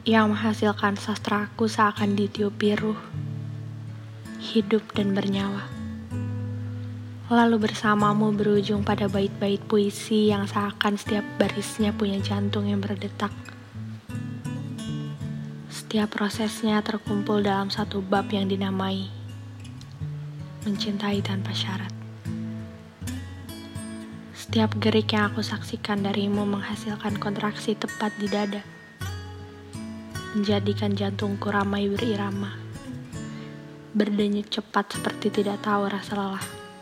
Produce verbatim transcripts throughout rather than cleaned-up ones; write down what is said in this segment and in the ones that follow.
yang menghasilkan sastraku seakan ditiup biruh, hidup dan bernyawa. Lalu bersamamu berujung pada bait-bait puisi yang seakan setiap barisnya punya jantung yang berdetak. Setiap prosesnya terkumpul dalam satu bab yang dinamai mencintai tanpa syarat. Setiap gerik yang aku saksikan darimu menghasilkan kontraksi tepat di dada, menjadikan jantungku ramai berirama, berdenyut cepat seperti tidak tahu rasa lelah.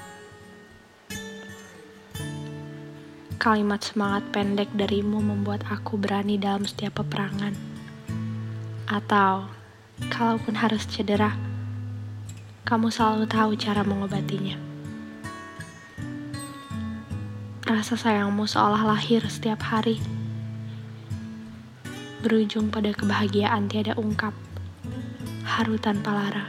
Kalimat semangat pendek darimu membuat aku berani dalam setiap peperangan. Atau, kalaupun harus cedera, kamu selalu tahu cara mengobatinya. Rasa sayangmu seolah lahir setiap hari, berujung pada kebahagiaan tiada ungkap, haru tanpa lara.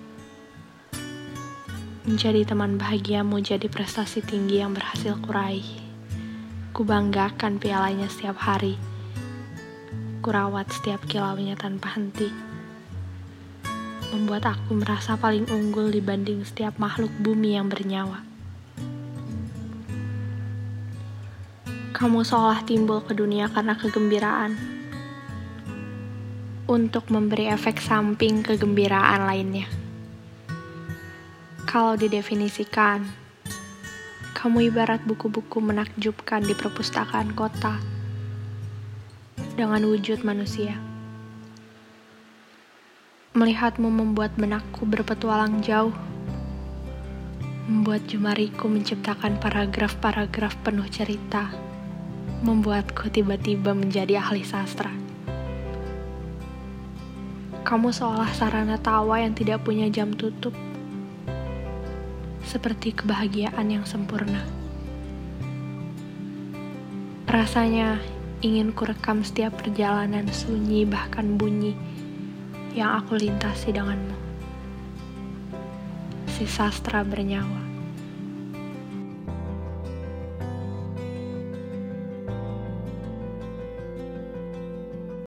Menjadi teman bahagiamu jadi prestasi tinggi yang berhasil kuraih. Kubanggakan pialanya setiap hari, kurawat setiap kilaunya tanpa henti, membuat aku merasa paling unggul dibanding setiap makhluk bumi yang bernyawa. Kamu seolah timbul ke dunia karena kegembiraan, untuk memberi efek samping kegembiraan lainnya. Kalau didefinisikan, kamu ibarat buku-buku menakjubkan di perpustakaan kota dengan wujud manusia. Melihatmu membuat benakku berpetualang jauh, membuat jemariku menciptakan paragraf-paragraf penuh cerita, membuatku tiba-tiba menjadi ahli sastra. Kamu seolah sarana tawa yang tidak punya jam tutup, seperti kebahagiaan yang sempurna. Rasanya ingin kurekam setiap perjalanan sunyi bahkan bunyi yang aku lintasi denganmu. Si sastra bernyawa.